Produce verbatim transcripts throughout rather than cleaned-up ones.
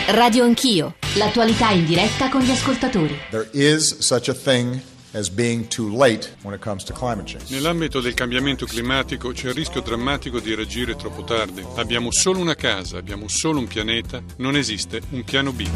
Radio Anch'io, l'attualità in diretta con gli ascoltatori. There is such a thing as being too late when it comes to climate change. Nell'ambito del cambiamento climatico c'è il rischio drammatico di reagire troppo tardi. Abbiamo solo una casa, abbiamo solo un pianeta, non esiste un piano B.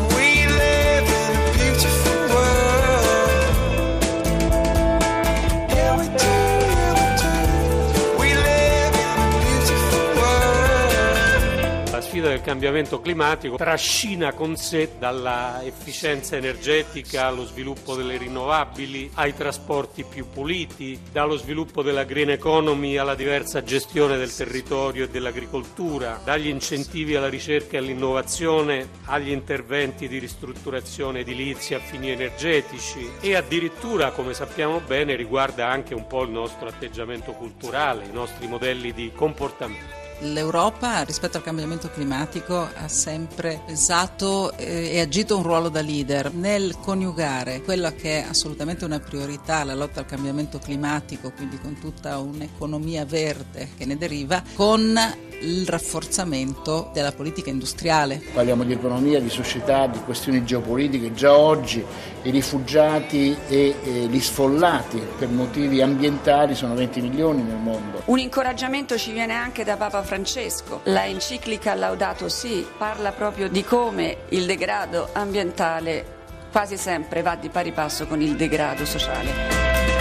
La sfida del cambiamento climatico trascina con sé dalla efficienza energetica allo sviluppo delle rinnovabili, ai trasporti più puliti, dallo sviluppo della green economy alla diversa gestione del territorio e dell'agricoltura, dagli incentivi alla ricerca e all'innovazione agli interventi di ristrutturazione edilizia a fini energetici e addirittura, come sappiamo bene, riguarda anche un po' il nostro atteggiamento culturale, i nostri modelli di comportamento. L'Europa rispetto al cambiamento climatico ha sempre pensato e agito un ruolo da leader nel coniugare quella che è assolutamente una priorità, la lotta al cambiamento climatico, quindi con tutta un'economia verde che ne deriva, con il rafforzamento della politica industriale. Parliamo di economia, di società, di questioni geopolitiche. Già oggi i rifugiati e, e gli sfollati per motivi ambientali sono venti milioni nel mondo. Un incoraggiamento ci viene anche da Papa Francesco. La enciclica Laudato Si parla proprio di come il degrado ambientale quasi sempre va di pari passo con il degrado sociale.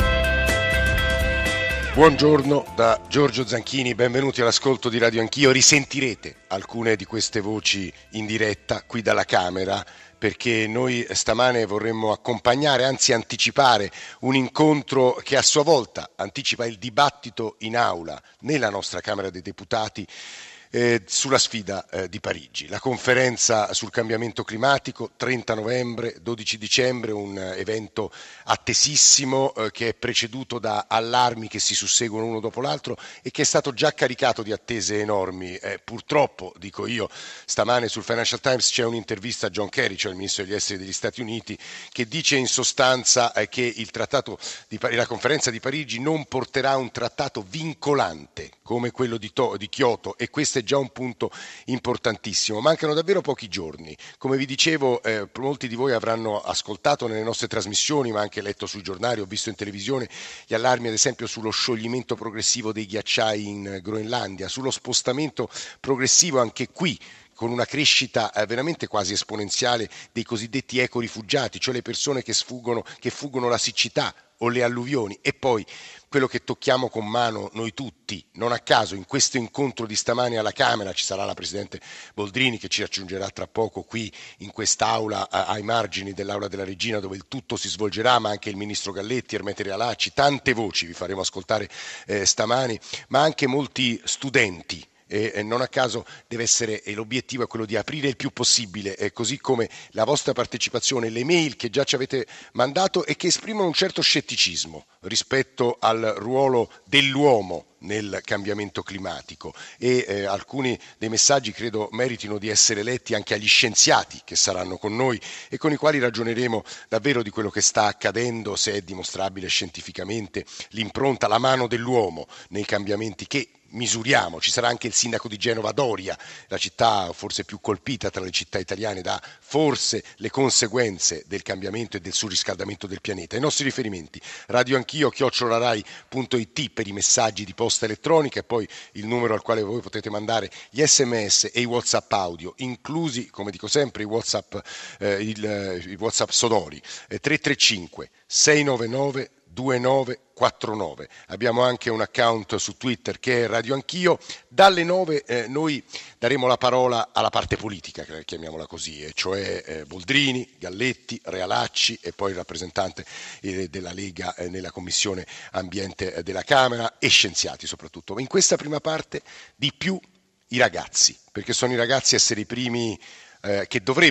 Buongiorno da Giorgio Zanchini, benvenuti all'ascolto di Radio Anch'io. Risentirete alcune di queste voci in diretta qui dalla Camera, perché noi stamane vorremmo accompagnare, anzi anticipare, un incontro che a sua volta anticipa il dibattito in aula nella nostra Camera dei Deputati Eh, sulla sfida eh, di Parigi. La conferenza sul cambiamento climatico, trenta novembre, dodici dicembre, un eh, evento attesissimo eh, che è preceduto da allarmi che si susseguono uno dopo l'altro e che è stato già caricato di attese enormi. Eh, purtroppo, dico io, stamane sul Financial Times c'è un'intervista a John Kerry, cioè il ministro degli esteri degli Stati Uniti, che dice in sostanza eh, che il trattato di Par- la conferenza di Parigi non porterà un trattato vincolante come quello di, to- di Kyoto, e questo è già un punto importantissimo. Mancano davvero pochi giorni. Come vi dicevo, eh, molti di voi avranno ascoltato nelle nostre trasmissioni, ma anche letto sui giornali, ho visto in televisione gli allarmi ad esempio sullo scioglimento progressivo dei ghiacciai in Groenlandia, sullo spostamento progressivo anche qui con una crescita eh, veramente quasi esponenziale dei cosiddetti ecorifugiati, cioè le persone che sfuggono, che fuggono la siccità o le alluvioni. E poi quello che tocchiamo con mano noi tutti, non a caso in questo incontro di stamani alla Camera ci sarà la Presidente Boldrini che ci raggiungerà tra poco qui in quest'aula ai margini dell'Aula della Regina dove il tutto si svolgerà, ma anche il Ministro Galletti, Ermete Realacci, tante voci vi faremo ascoltare eh, stamani, ma anche molti studenti. E non a caso deve essere, e l'obiettivo è quello di aprire il più possibile, eh, così come la vostra partecipazione, le mail che già ci avete mandato e che esprimono un certo scetticismo rispetto al ruolo dell'uomo nel cambiamento climatico, e eh, alcuni dei messaggi credo meritino di essere letti anche agli scienziati che saranno con noi e con i quali ragioneremo davvero di quello che sta accadendo, se è dimostrabile scientificamente l'impronta, la mano dell'uomo nei cambiamenti che misuriamo. Ci sarà anche il sindaco di Genova Doria, la città forse più colpita tra le città italiane da forse le conseguenze del cambiamento e del surriscaldamento del pianeta. I nostri riferimenti: Radio Anch'io chiocciola rai punto it per i messaggi di posta elettronica, e poi il numero al quale voi potete mandare gli sms e i WhatsApp audio, inclusi, come dico sempre, i WhatsApp, eh, il, i WhatsApp sonori, eh, tre tre cinque sei nove nove due nove quattro nove. Abbiamo anche un account su Twitter che è Radio Anch'io. Dalle nove eh, noi daremo la parola alla parte politica, chiamiamola così, e cioè eh, Boldrini, Galletti, Realacci e poi il rappresentante eh, della Lega eh, nella Commissione Ambiente eh, della Camera, e scienziati soprattutto. Ma in questa prima parte di più i ragazzi, perché sono i ragazzi a essere i primi eh, che dovrebbero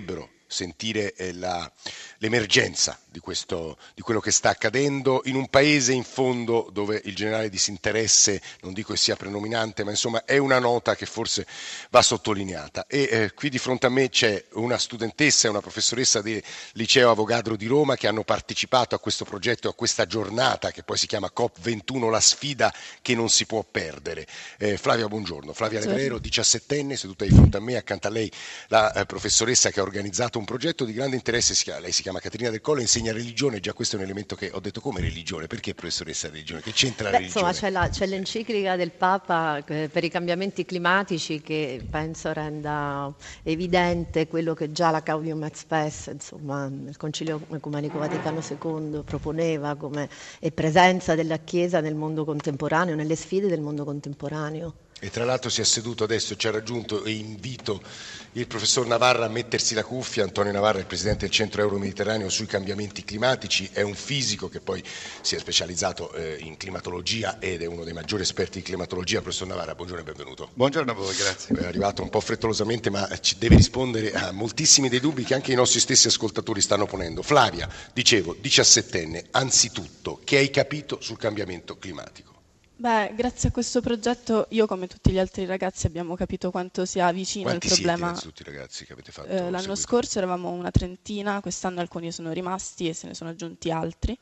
sentire eh, la, l'emergenza di, questo, di quello che sta accadendo in un paese in fondo dove il generale disinteresse, non dico che sia predominante, ma insomma è una nota che forse va sottolineata. E eh, qui di fronte a me c'è una studentessa e una professoressa del liceo Avogadro di Roma che hanno partecipato a questo progetto, a questa giornata che poi si chiama COP ventuno, la sfida che non si può perdere. Eh, Flavia, buongiorno. Flavia Legrero, diciassettenne, seduta di fronte a me, accanto a lei la eh, professoressa che ha organizzato un progetto di grande interesse, si chiama, lei si chiama Caterina Del Colle, insegna religione. Già questo è un elemento che ho detto: come religione? Perché professoressa religione? Che c'entra la Beh, religione? Insomma, c'è, la, c'è l'enciclica del Papa eh, per i cambiamenti climatici che penso renda evidente quello che già la Gaudium et Spes, insomma, il Concilio Ecumenico Vaticano secondo proponeva come e presenza della Chiesa nel mondo contemporaneo, nelle sfide del mondo contemporaneo. E tra l'altro si è seduto adesso, ci ha raggiunto, e invito il professor Navarra a mettersi la cuffia. Antonio Navarra è il presidente del Centro Euro-Mediterraneo sui cambiamenti climatici, è un fisico che poi si è specializzato eh, in climatologia ed è uno dei maggiori esperti di climatologia. Professor Navarra, buongiorno e benvenuto. Buongiorno a voi, grazie. È arrivato un po' frettolosamente, ma ci deve rispondere a moltissimi dei dubbi che anche i nostri stessi ascoltatori stanno ponendo. Flavia, dicevo, diciassettenne, anzitutto, che hai capito sul cambiamento climatico? Beh, grazie a questo progetto io, come tutti gli altri ragazzi, abbiamo capito quanto sia vicino Quanti il problema. Siete tutti i ragazzi che avete fatto? Eh, l'anno seguito? scorso eravamo una trentina, quest'anno alcuni sono rimasti e se ne sono aggiunti altri.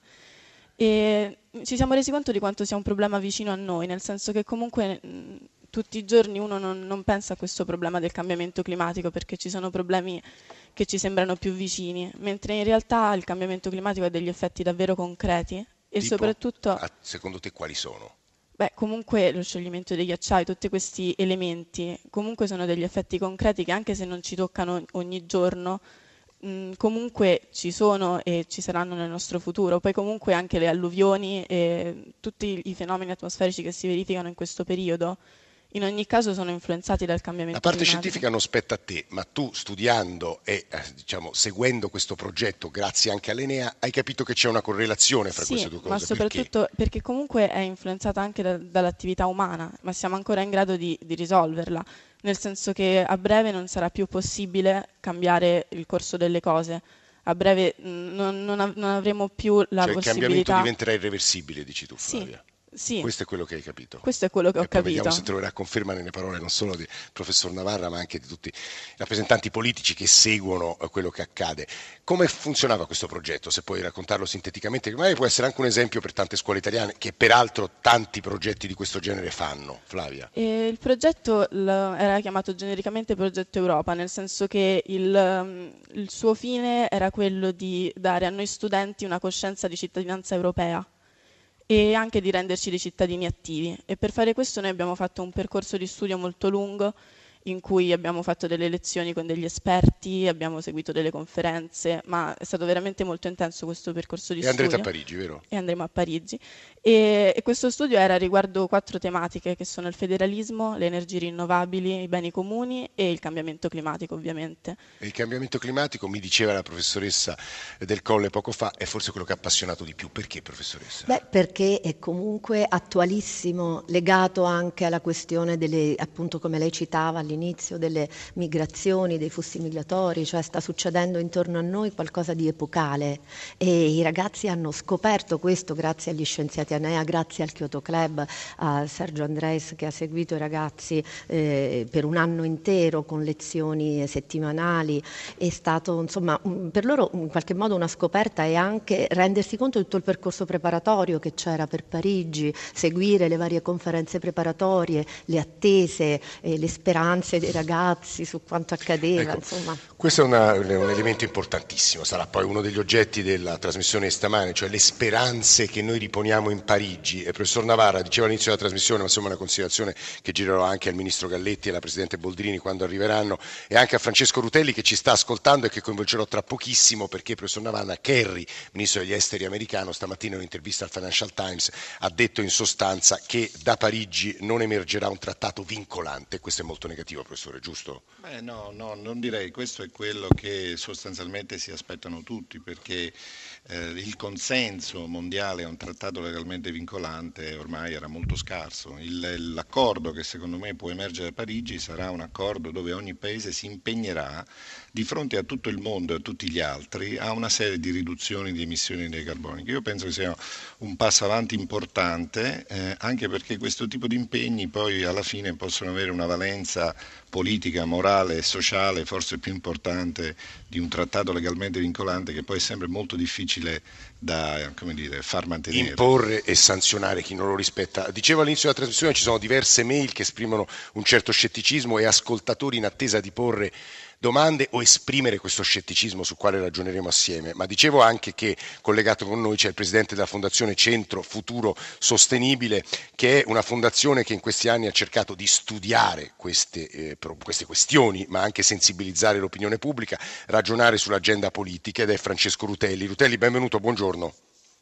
E ci siamo resi conto di quanto sia un problema vicino a noi, nel senso che comunque mh, tutti i giorni uno non, non pensa a questo problema del cambiamento climatico perché ci sono problemi che ci sembrano più vicini, mentre in realtà il cambiamento climatico ha degli effetti davvero concreti e Tipo, soprattutto... a, secondo te quali sono? Beh, comunque lo scioglimento dei ghiacciai, tutti questi elementi comunque sono degli effetti concreti che anche se non ci toccano ogni giorno, mh, comunque ci sono e ci saranno nel nostro futuro. Poi comunque anche le alluvioni e tutti i fenomeni atmosferici che si verificano in questo periodo, in ogni caso sono influenzati dal cambiamento climatico. La parte climatico. scientifica non spetta a te, ma tu studiando e eh, diciamo, seguendo questo progetto, grazie anche all'Enea, hai capito che c'è una correlazione fra sì, queste due cose. Ma soprattutto perché, perché comunque è influenzata anche da, dall'attività umana, ma siamo ancora in grado di, di risolverla, nel senso che a breve non sarà più possibile cambiare il corso delle cose. A breve mh, non, non, av- non avremo più la cioè, possibilità... il cambiamento diventerà irreversibile, dici tu, Flavia. Sì. Sì. Questo è quello che hai capito. Questo è quello che ho e poi capito. Vediamo se troverà conferma nelle parole non solo del professor Navarra, ma anche di tutti i rappresentanti politici che seguono quello che accade. Come funzionava questo progetto? Se puoi raccontarlo sinteticamente, che magari può essere anche un esempio per tante scuole italiane, che peraltro tanti progetti di questo genere fanno. Flavia. E il progetto era chiamato genericamente Progetto Europa, nel senso che il, il suo fine era quello di dare a noi studenti una coscienza di cittadinanza europea e anche di renderci dei cittadini attivi, e per fare questo noi abbiamo fatto un percorso di studio molto lungo in cui abbiamo fatto delle lezioni con degli esperti, abbiamo seguito delle conferenze, ma è stato veramente molto intenso questo percorso di e studio. E andrete a Parigi, vero? E andremo a Parigi. E, e questo studio era riguardo quattro tematiche che sono il federalismo, le energie rinnovabili, i beni comuni e il cambiamento climatico, ovviamente. E il cambiamento climatico, mi diceva la professoressa Del Colle poco fa, è forse quello che ha appassionato di più. Perché, professoressa? Beh, perché è comunque attualissimo, legato anche alla questione delle, appunto come lei citava all'inizio, delle migrazioni, dei flussi migratori, cioè sta succedendo intorno a noi qualcosa di epocale e i ragazzi hanno scoperto questo grazie agli scienziati Enea, grazie al Kyoto Club, a Sergio Andres che ha seguito i ragazzi eh, per un anno intero con lezioni settimanali. È stato insomma un, per loro in qualche modo una scoperta e anche rendersi conto di tutto il percorso preparatorio che c'era per Parigi, seguire le varie conferenze preparatorie, le attese, eh, le speranze dei ragazzi su quanto accadeva. Ecco, insomma. Questo è una, un elemento importantissimo, sarà poi uno degli oggetti della trasmissione stamane, cioè le speranze che noi riponiamo in Parigi. E il professor Navarra diceva all'inizio della trasmissione, ma insomma è una considerazione che girerò anche al ministro Galletti e alla presidente Boldrini quando arriveranno, e anche a Francesco Rutelli che ci sta ascoltando e che coinvolgerò tra pochissimo, perché il professor Navarra, Kerry, ministro degli esteri americano, stamattina in un'intervista al Financial Times ha detto in sostanza che da Parigi non emergerà un trattato vincolante. Questo è molto negativo l'obiettivo, professore, giusto? Beh, no, no, non direi. Questo è quello che sostanzialmente si aspettano tutti, perché eh, il consenso mondiale a un trattato legalmente vincolante ormai era molto scarso. Il, l'accordo che secondo me può emergere da Parigi sarà un accordo dove ogni paese si impegnerà di fronte a tutto il mondo e a tutti gli altri a una serie di riduzioni di emissioni di carboniche. Io penso che sia un passo avanti importante, eh, anche perché questo tipo di impegni poi alla fine possono avere una valenza politica, morale e sociale forse più importante di un trattato legalmente vincolante, che poi è sempre molto difficile da, come dire, far mantenere. Imporre e sanzionare chi non lo rispetta. Dicevo all'inizio della trasmissione, ci sono diverse mail che esprimono un certo scetticismo e ascoltatori in attesa di porre domande o esprimere questo scetticismo, sul quale ragioneremo assieme. Ma dicevo anche che collegato con noi c'è il presidente della Fondazione Centro Futuro Sostenibile, che è una fondazione che in questi anni ha cercato di studiare queste, eh, queste questioni, ma anche sensibilizzare l'opinione pubblica, ragionare sull'agenda politica, ed è Francesco Rutelli. Rutelli, benvenuto, buongiorno.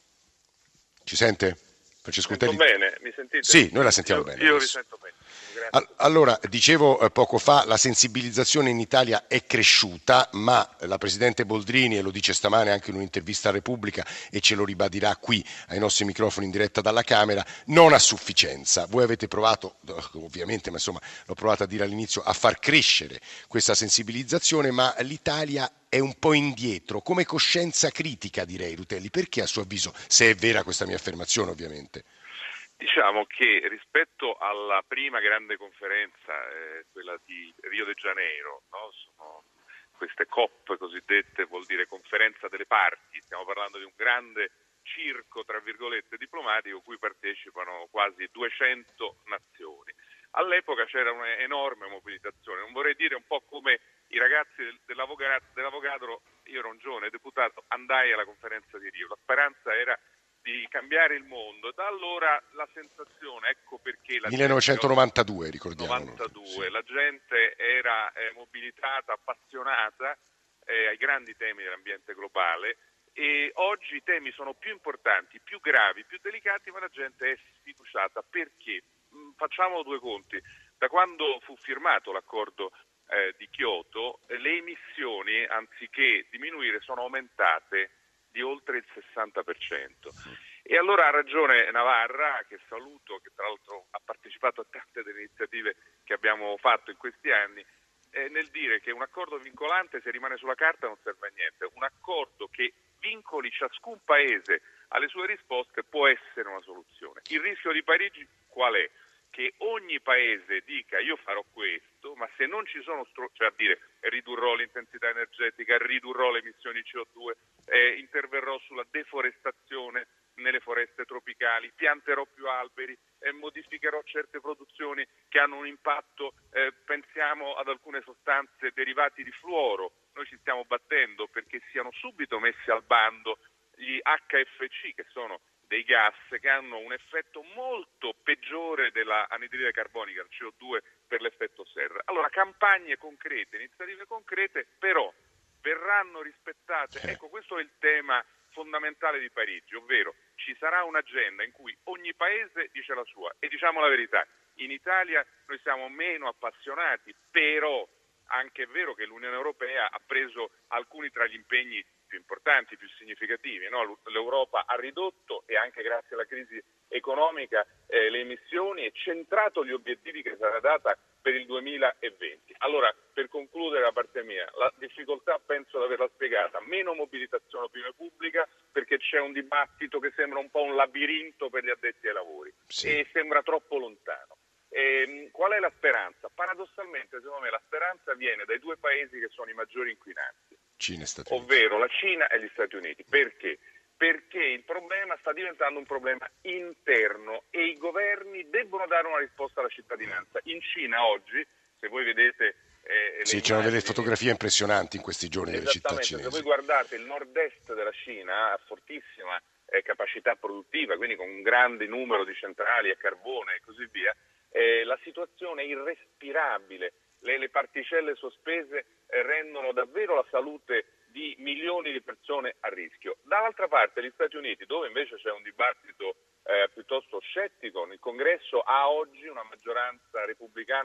Ci sente? Francesco Sento Rutelli? bene, mi sentite? Sì, noi la sentiamo io, bene. Io vi sento bene. Allora, dicevo eh, poco fa, la sensibilizzazione in Italia è cresciuta, ma la Presidente Boldrini, e lo dice stamane anche in un'intervista a Repubblica e ce lo ribadirà qui ai nostri microfoni in diretta dalla Camera, non a sufficienza. Voi avete provato, ovviamente, ma insomma l'ho provato a dire all'inizio, a far crescere questa sensibilizzazione, ma l'Italia è un po' indietro, come coscienza critica, direi, Rutelli. Perché a suo avviso, se è vera questa mia affermazione ovviamente? Diciamo che rispetto alla prima grande conferenza, eh, quella di Rio de Janeiro, no? Sono queste COP cosiddette, vuol dire conferenza delle parti, stiamo parlando di un grande circo, tra virgolette, diplomatico, cui partecipano quasi duecento nazioni. All'epoca c'era un'enorme mobilitazione, non vorrei dire un po' come i ragazzi dell'avvocato, dell'avvocato, io ero un giovane deputato, andai alla conferenza di Rio, la speranza era di cambiare il mondo, da allora la sensazione, ecco perché la millenovecentonovantadue, gente, ricordiamo. novantadue, sì. La gente era eh, mobilitata, appassionata eh, ai grandi temi dell'ambiente globale, e oggi i temi sono più importanti, più gravi, più delicati, ma la gente è sfiduciata. Perché? Mh, facciamo due conti. Da quando fu firmato l'accordo eh, di Kyoto, eh, le emissioni, anziché diminuire, sono aumentate di oltre il sessanta per cento. E allora ha ragione Navarra, che saluto, che tra l'altro ha partecipato a tante delle iniziative che abbiamo fatto in questi anni, eh, nel dire che un accordo vincolante, se rimane sulla carta, non serve a niente. Un accordo che vincoli ciascun paese alle sue risposte può essere una soluzione. Il rischio di Parigi qual è? Che ogni paese dica io farò questo, ma se non ci sono, stru- cioè a dire ridurrò l'intensità energetica, ridurrò le emissioni C O due, eh, interverrò sulla deforestazione nelle foreste tropicali, pianterò più alberi, eh, modificherò certe produzioni che hanno un impatto, eh, pensiamo ad alcune sostanze derivati di fluoro, noi ci stiamo battendo perché siano subito messi al bando gli H F C, che sono dei gas che hanno un effetto molto peggiore dell'anidride carbonica, il C O due, per l'effetto serra. Allora, campagne concrete, iniziative concrete, però verranno rispettate. Ecco, questo è il tema fondamentale di Parigi, ovvero ci sarà un'agenda in cui ogni paese dice la sua. E diciamo la verità, in Italia noi siamo meno appassionati, però anche è vero che l'Unione Europea ha preso alcuni tra gli impegni più importanti, più significativi, no? L'Europa ha ridotto, e anche grazie alla crisi economica, eh, le emissioni e centrato gli obiettivi che sarà data per il duemilaventi. Allora, per concludere da parte mia, la difficoltà penso di averla spiegata: meno mobilitazione opinione pubblica, perché c'è un dibattito che sembra un po' un labirinto per gli addetti ai lavori, sì, e sembra troppo lontano. E, qual è la speranza? Paradossalmente, secondo me, la speranza viene dai due paesi che sono i maggiori inquinanti, Cina e Stati Uniti. Ovvero la Cina e gli Stati Uniti. Perché? Perché il problema sta diventando un problema interno e i governi debbono dare una risposta alla cittadinanza. In Cina oggi, se voi vedete... Eh, sì, c'erano delle fotografie impressionanti in questi giorni delle città cinesi. Se voi guardate il nord-est della Cina, ha fortissima eh, capacità produttiva, quindi con un grande numero di centrali a carbone e così via, eh, la situazione è irrespirabile. Le, le particelle sospese eh, rendono davvero la salute di milioni di persone a rischio. Dall'altra parte gli Stati Uniti, dove invece c'è un dibattito eh, piuttosto scettico, il Congresso ha oggi una maggioranza repubblicana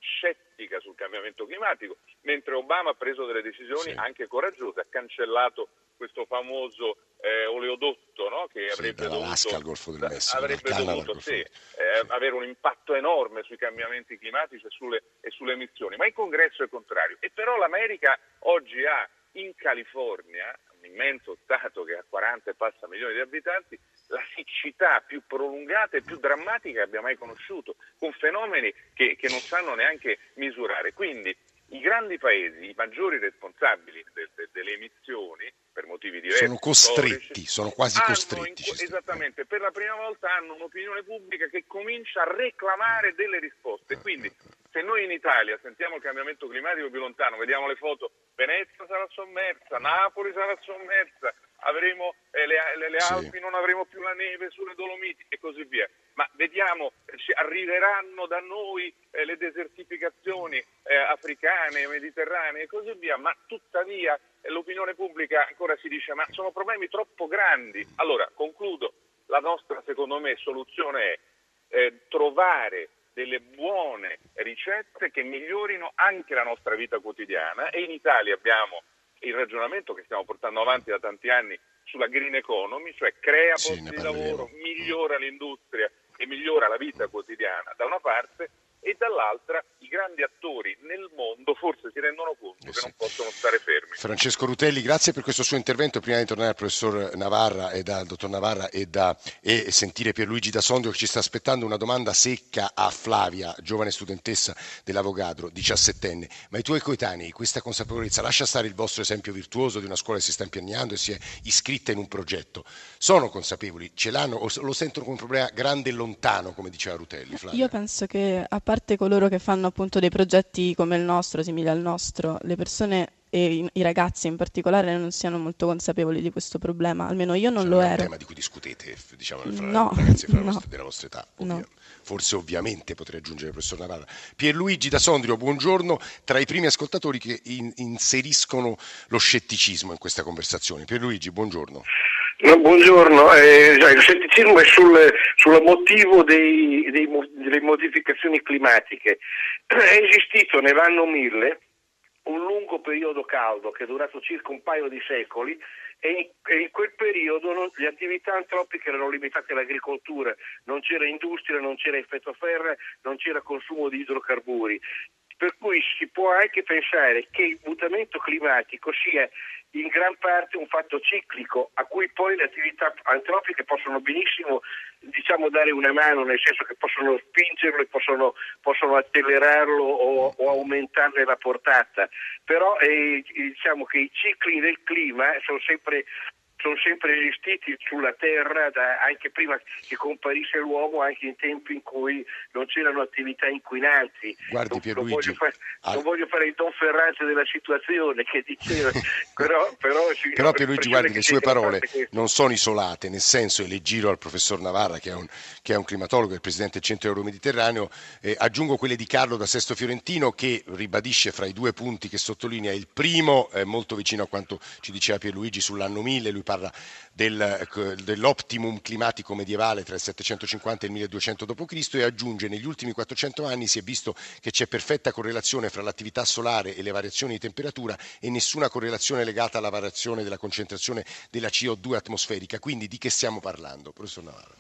scettica sul cambiamento climatico, mentre Obama ha preso delle decisioni sì. anche coraggiose, ha cancellato questo famoso eh, oleodotto, no? che sì, avrebbe dovuto, al Golfo del Messico, avrebbe dovuto sì, eh, avere un impatto enorme sui cambiamenti climatici e sulle, e sulle emissioni, ma il Congresso è contrario. E però l'America oggi ha in California, un immenso stato che ha quaranta e passa milioni di abitanti, la siccità più prolungata e più drammatica che abbia mai conosciuto, con fenomeni che, che non sanno neanche misurare. Quindi i grandi paesi, i maggiori responsabili de, de, delle emissioni, per motivi diversi, sono costretti, storici, sono quasi costretti. In, esattamente, per la prima volta hanno un'opinione pubblica che comincia a reclamare delle risposte. Quindi se noi in Italia sentiamo il cambiamento climatico più lontano, vediamo le foto, Venezia sarà sommersa, Napoli sarà sommersa, avremo eh, le, le, le Alpi, sì. non avremo più la neve sulle Dolomiti e così via. Ma vediamo, eh, arriveranno da noi eh, le desertificazioni eh, africane, mediterranee e così via, ma tuttavia eh, l'opinione pubblica ancora si dice ma sono problemi troppo grandi. Allora, concludo, la nostra secondo me soluzione è eh, trovare delle buone ricette che migliorino anche la nostra vita quotidiana, e in Italia abbiamo il ragionamento che stiamo portando avanti da tanti anni sulla green economy, cioè crea sì, posti di lavoro, migliora l'industria e migliora la vita quotidiana da una parte, e dall'altra i grandi attori nel mondo forse si rendono conto eh sì. che non possono stare fermi. Francesco Rutelli, grazie per questo suo intervento. Prima di tornare al professor Navarra e dal dottor Navarra e, da, e sentire Pierluigi da Sondrio, che ci sta aspettando una domanda secca a Flavia, giovane studentessa dell'Avogadro, diciassettenne. Ma i tuoi coetanei, questa consapevolezza, lascia stare il vostro esempio virtuoso di una scuola che si sta impegnando e si è iscritta in un progetto, sono consapevoli, ce l'hanno o lo sentono come un problema grande e lontano, come diceva Rutelli? Flavia. Io penso che a parte coloro che fanno appunto dei progetti come il nostro, simili al nostro, le persone e i, i ragazzi in particolare non siano molto consapevoli di questo problema, almeno io non cioè, lo non ero. È un tema di cui discutete, diciamo, fra no, ragazzi fra no, vostra, della vostra età, ovvia. No. Forse ovviamente potrei aggiungere il professor Navarra. Pierluigi da Sondrio, buongiorno, tra i primi ascoltatori che in, inseriscono lo scetticismo in questa conversazione. Pierluigi, buongiorno. No, buongiorno, eh, il scetticismo è sul, sul motivo dei, dei, delle modificazioni climatiche. È esistito nell'anno mille un lungo periodo caldo che è durato circa un paio di secoli e in, e in quel periodo non, le attività antropiche erano limitate all'agricoltura, non c'era industria, non c'era effetto serra, non c'era consumo di idrocarburi. Per cui si può anche pensare che il mutamento climatico sia in gran parte un fatto ciclico a cui poi le attività antropiche possono benissimo, diciamo, dare una mano, nel senso che possono spingerlo e possono, possono accelerarlo o, o aumentarne la portata. Però eh, diciamo che i cicli del clima sono sempre sono sempre esistiti sulla Terra da, anche prima che comparisse l'uomo, anche in tempi in cui non c'erano attività inquinanti. Guardi, non, non, voglio fare, ah. non voglio fare il Don Ferrante della situazione che diceva, però, però, però Pierluigi, guardi, le sue parole non sono isolate, nel senso, e le giro al professor Navarra che è un, che è un climatologo, è il presidente del Centro Euromediterraneo, eh, aggiungo quelle di Carlo da Sesto Fiorentino, che ribadisce fra i due punti che sottolinea il primo, eh, molto vicino a quanto ci diceva Pierluigi sull'anno mille, lui parla del, dell'optimum climatico medievale tra il settecentocinquanta e il milleduecento dopo Cristo e aggiunge: negli ultimi quattrocento anni si è visto che c'è perfetta correlazione fra l'attività solare e le variazioni di temperatura e nessuna correlazione legata alla variazione della concentrazione della C O due atmosferica. Quindi di che stiamo parlando, professor Navarro?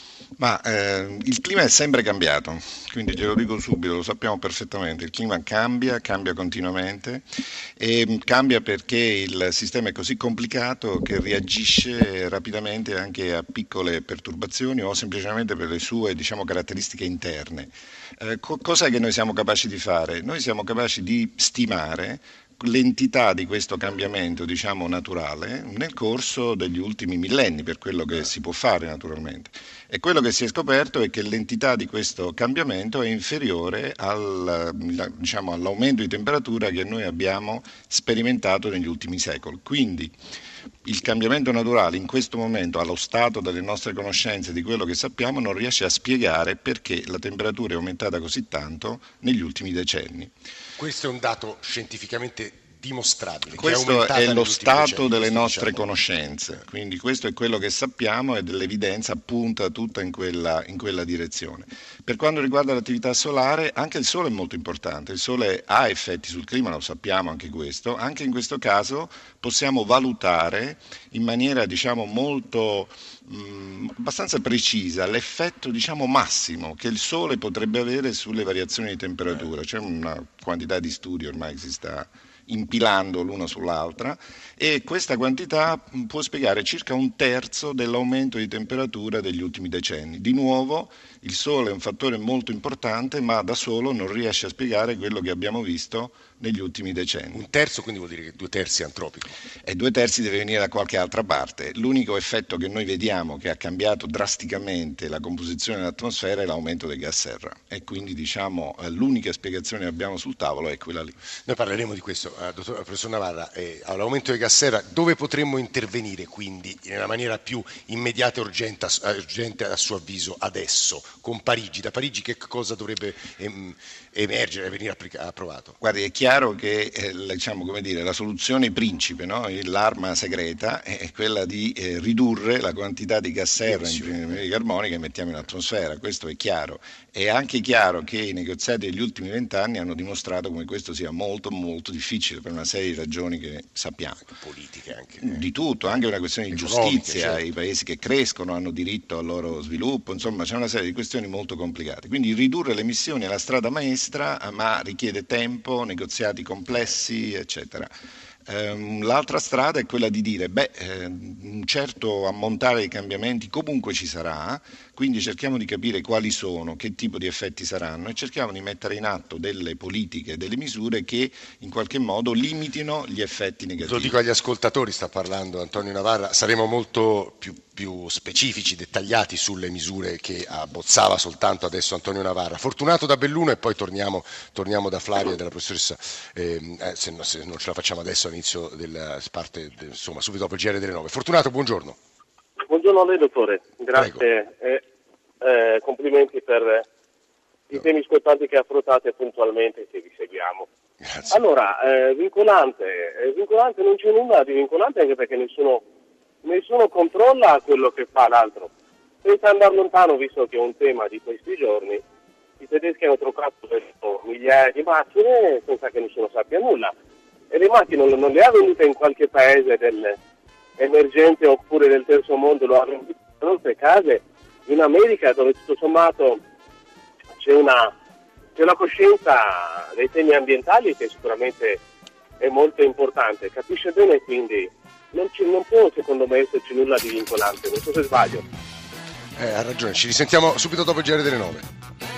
Ma eh, il clima è sempre cambiato, quindi glielo dico subito, lo sappiamo perfettamente, il clima cambia, cambia continuamente e cambia perché il sistema è così complicato che reagisce rapidamente anche a piccole perturbazioni o semplicemente per le sue, diciamo, caratteristiche interne. Eh, co- cosa che noi siamo capaci di fare? Noi siamo capaci di stimare l'entità di questo cambiamento, diciamo, naturale nel corso degli ultimi millenni, per quello che si può fare naturalmente. E quello che si è scoperto è che l'entità di questo cambiamento è inferiore al, diciamo, all'aumento di temperatura che noi abbiamo sperimentato negli ultimi secoli. Quindi il cambiamento naturale in questo momento, allo stato delle nostre conoscenze di quello che sappiamo, non riesce a spiegare perché la temperatura è aumentata così tanto negli ultimi decenni. Questo è un dato scientificamente dimostrabile. Questo è, è lo stato delle nostre diciamo. conoscenze, quindi questo è quello che sappiamo e dell'evidenza punta tutta in quella, in quella direzione. Per quanto riguarda l'attività solare, anche il sole è molto importante, il sole ha effetti sul clima, lo sappiamo anche questo, anche in questo caso possiamo valutare in maniera diciamo molto mh, abbastanza precisa l'effetto diciamo massimo che il sole potrebbe avere sulle variazioni di temperatura. C'è una quantità di studi ormai che si sta impilando l'una sull'altra e questa quantità può spiegare circa un terzo dell'aumento di temperatura degli ultimi decenni. Di nuovo il sole è un fattore molto importante, ma da solo non riesce a spiegare quello che abbiamo visto negli ultimi decenni. Un terzo quindi vuol dire che due terzi è antropico? E due terzi deve venire da qualche altra parte. L'unico effetto che noi vediamo che ha cambiato drasticamente la composizione dell'atmosfera è l'aumento dei gas serra e quindi diciamo l'unica spiegazione che abbiamo sul tavolo è quella lì. Noi parleremo di questo, eh, dottor professor Navarra, eh, all'aumento dei gas serra dove potremmo intervenire quindi nella maniera più immediata e urgente, urgente a suo avviso adesso, con Parigi? Da Parigi che cosa dovrebbe em, emergere e venire approvato? Guardi, è chiaro che eh, diciamo, come dire, la soluzione principe, no? L'arma segreta è quella di eh, ridurre la quantità di gas serra in primavera carbonica che mettiamo in atmosfera, questo è chiaro. È anche chiaro che i negoziati degli ultimi vent'anni hanno dimostrato come questo sia molto molto difficile per una serie di ragioni che sappiamo. Politiche anche. Di tutto, anche una questione di giustizia, certo. I paesi che crescono hanno diritto al loro sviluppo, insomma c'è una serie di questioni molto complicate. Quindi ridurre le emissioni è la strada maestra, ma richiede tempo, negoziati complessi, eccetera. L'altra strada è quella di dire, beh, un certo ammontare di cambiamenti comunque ci sarà, quindi cerchiamo di capire quali sono, che tipo di effetti saranno e cerchiamo di mettere in atto delle politiche, delle misure che in qualche modo limitino gli effetti negativi. Lo dico agli ascoltatori, sta parlando Antonio Navarra, saremo molto più, più specifici, dettagliati sulle misure che abbozzava soltanto adesso Antonio Navarra. Fortunato da Belluno e poi torniamo, torniamo da Flavia e dalla professoressa, eh, se, no, se non ce la facciamo adesso all'inizio della parte, de, insomma subito dopo il G R delle nove. Fortunato, buongiorno. Buongiorno a lei dottore, grazie e eh, complimenti per i no. temi scottanti che affrontate puntualmente e che vi seguiamo. Grazie. Allora, eh, vincolante, eh, vincolante non c'è nulla di vincolante anche perché nessuno, nessuno controlla quello che fa l'altro. Senza andare lontano, visto che è un tema di questi giorni, i tedeschi hanno truccato migliaia di macchine senza che nessuno sappia nulla. E le macchine non, non le ha vendute in qualche paese del emergente oppure del terzo mondo, lo ha venduto in nostre case in America, dove tutto sommato c'è una, c'è una coscienza dei temi ambientali che sicuramente è molto importante. Capisce bene, quindi non, ci, non può secondo me esserci nulla di vincolante, non so se sbaglio. Eh, ha ragione, ci risentiamo subito dopo il G R delle nove.